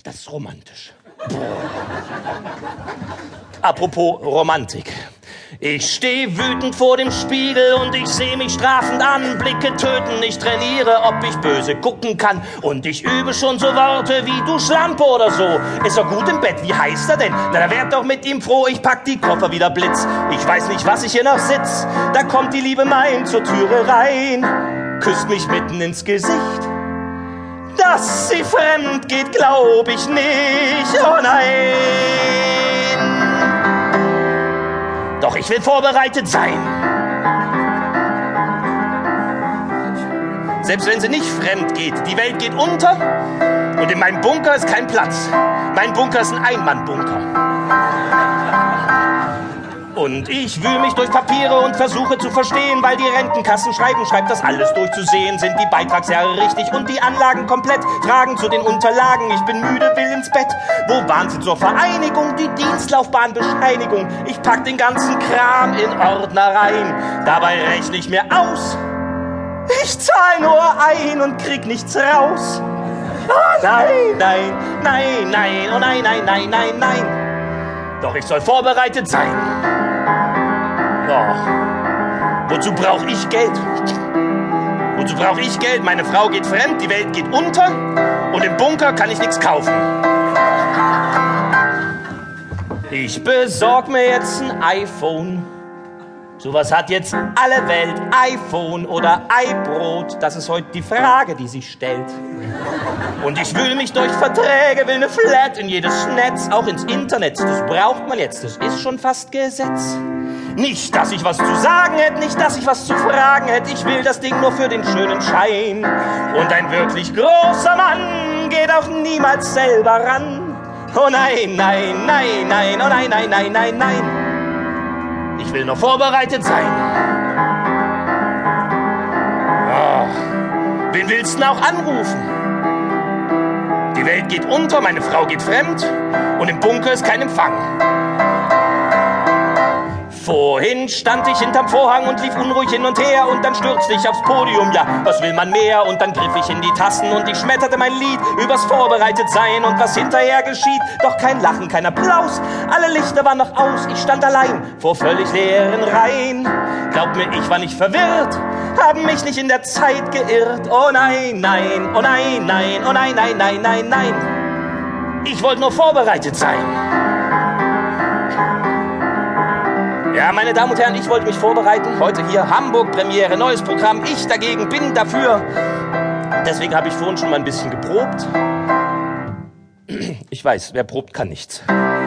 Das ist romantisch. Apropos Romantik. Ich stehe wütend vor dem Spiegel und ich sehe mich strafend an. Blicke töten, ich trainiere, ob ich böse gucken kann. Und ich übe schon so Worte wie du Schlampe oder so. Ist er gut im Bett, wie heißt er denn? Na, da werd doch mit ihm froh, ich pack die Koffer wieder Blitz. Ich weiß nicht, was ich hier noch sitz. Da kommt die Liebe mein zur Türe rein, küsst mich mitten ins Gesicht. Dass sie fremd geht, glaub ich nicht, oh nein. Doch ich will vorbereitet sein. Selbst wenn sie nicht fremd geht, die Welt geht unter und in meinem Bunker ist kein Platz. Mein Bunker ist ein Einmannbunker. Und ich wühle mich durch Papiere und versuche zu verstehen, weil die Rentenkassen schreibt das alles durchzusehen. Sind die Beitragsjahre richtig und die Anlagen komplett? Fragen zu den Unterlagen, ich bin müde, will ins Bett. Wo waren sie zur Vereinigung? Die Dienstlaufbahnbescheinigung. Ich pack den ganzen Kram in Ordner rein. Dabei rechne ich mir aus. Ich zahl nur ein und krieg nichts raus. Oh nein, nein, nein, nein, oh nein, nein, nein, nein, nein. Doch ich soll vorbereitet sein. Oh. Wozu brauche ich Geld? Wozu brauche ich Geld? Meine Frau geht fremd, die Welt geht unter und im Bunker kann ich nichts kaufen. Ich besorg mir jetzt ein iPhone. Sowas hat jetzt alle Welt. iPhone oder iBrot, das ist heute die Frage, die sich stellt. Und ich wühl mich durch Verträge, will eine Flat in jedes Netz, auch ins Internet. Das braucht man jetzt, das ist schon fast Gesetz. Nicht, dass ich was zu sagen hätte, nicht, dass ich was zu fragen hätte. Ich will das Ding nur für den schönen Schein. Und ein wirklich großer Mann geht auch niemals selber ran. Oh nein, nein, nein, nein, oh nein, nein, nein, nein, nein. Ich will nur vorbereitet sein. Oh, wen willst du denn auch anrufen? Die Welt geht unter, meine Frau geht fremd und im Bunker ist kein Empfang. Vorhin stand ich hinterm Vorhang und lief unruhig hin und her und dann stürzte ich aufs Podium, ja, was will man mehr? Und dann griff ich in die Tasten und ich schmetterte mein Lied übers Vorbereitetsein und was hinterher geschieht, doch kein Lachen, kein Applaus, alle Lichter waren noch aus, ich stand allein vor völlig leeren Reihen. Glaubt mir, ich war nicht verwirrt, haben mich nicht in der Zeit geirrt, oh nein, nein, oh nein, nein, oh nein, nein, nein, nein, nein. Ich wollte nur vorbereitet sein. Ja, meine Damen und Herren, ich wollte mich vorbereiten. Heute hier Hamburg Premiere, neues Programm. Ich dagegen bin dafür. Deswegen habe ich vorhin schon mal ein bisschen geprobt. Ich weiß, wer probt, kann nichts.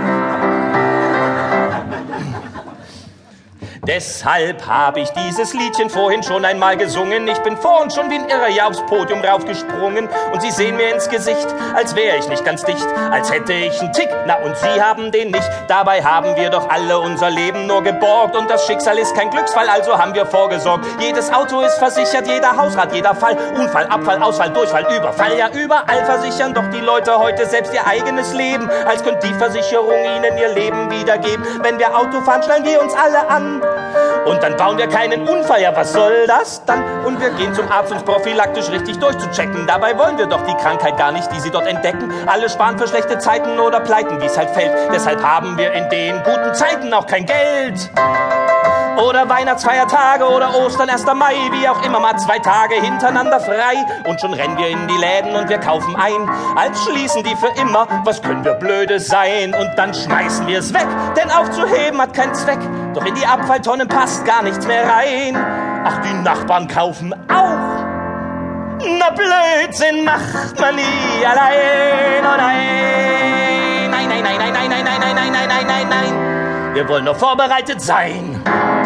Deshalb habe ich dieses Liedchen vorhin schon einmal gesungen. Ich bin vorhin schon wie ein Irrer hier aufs Podium raufgesprungen. Und Sie sehen mir ins Gesicht, als wäre ich nicht ganz dicht, als hätte ich einen Tick, na und Sie haben den nicht. Dabei haben wir doch alle unser Leben nur geborgt. Und das Schicksal ist kein Glücksfall, also haben wir vorgesorgt. Jedes Auto ist versichert, jeder Hausrat, jeder Fall. Unfall, Abfall, Ausfall, Durchfall, Überfall. Ja, überall versichern doch die Leute heute selbst ihr eigenes Leben. Als könnte die Versicherung ihnen ihr Leben wiedergeben. Wenn wir Auto fahren, schnallen wir uns alle an. Und dann bauen wir keinen Unfall, ja was soll das dann? Und wir gehen zum Arzt, uns prophylaktisch richtig durchzuchecken. Dabei wollen wir doch die Krankheit gar nicht, die sie dort entdecken. Alle sparen für schlechte Zeiten oder Pleiten, wie es halt fällt. Deshalb haben wir in den guten Zeiten auch kein Geld. Oder Weihnachtsfeiertage oder Ostern, 1. Mai, wie auch immer, mal 2 Tage hintereinander frei. Und schon rennen wir in die Läden und wir kaufen ein, als schließen die für immer, was können wir blöde sein? Und dann schmeißen wir es weg, denn aufzuheben hat keinen Zweck. Doch in die Abfalltonnen passt gar nichts mehr rein. Ach, die Nachbarn kaufen auch. Na Blödsinn macht man nie allein. Oh nein, nein, nein, nein, nein, nein, nein, nein, nein, nein, nein, nein, nein. Wir wollen nur vorbereitet sein.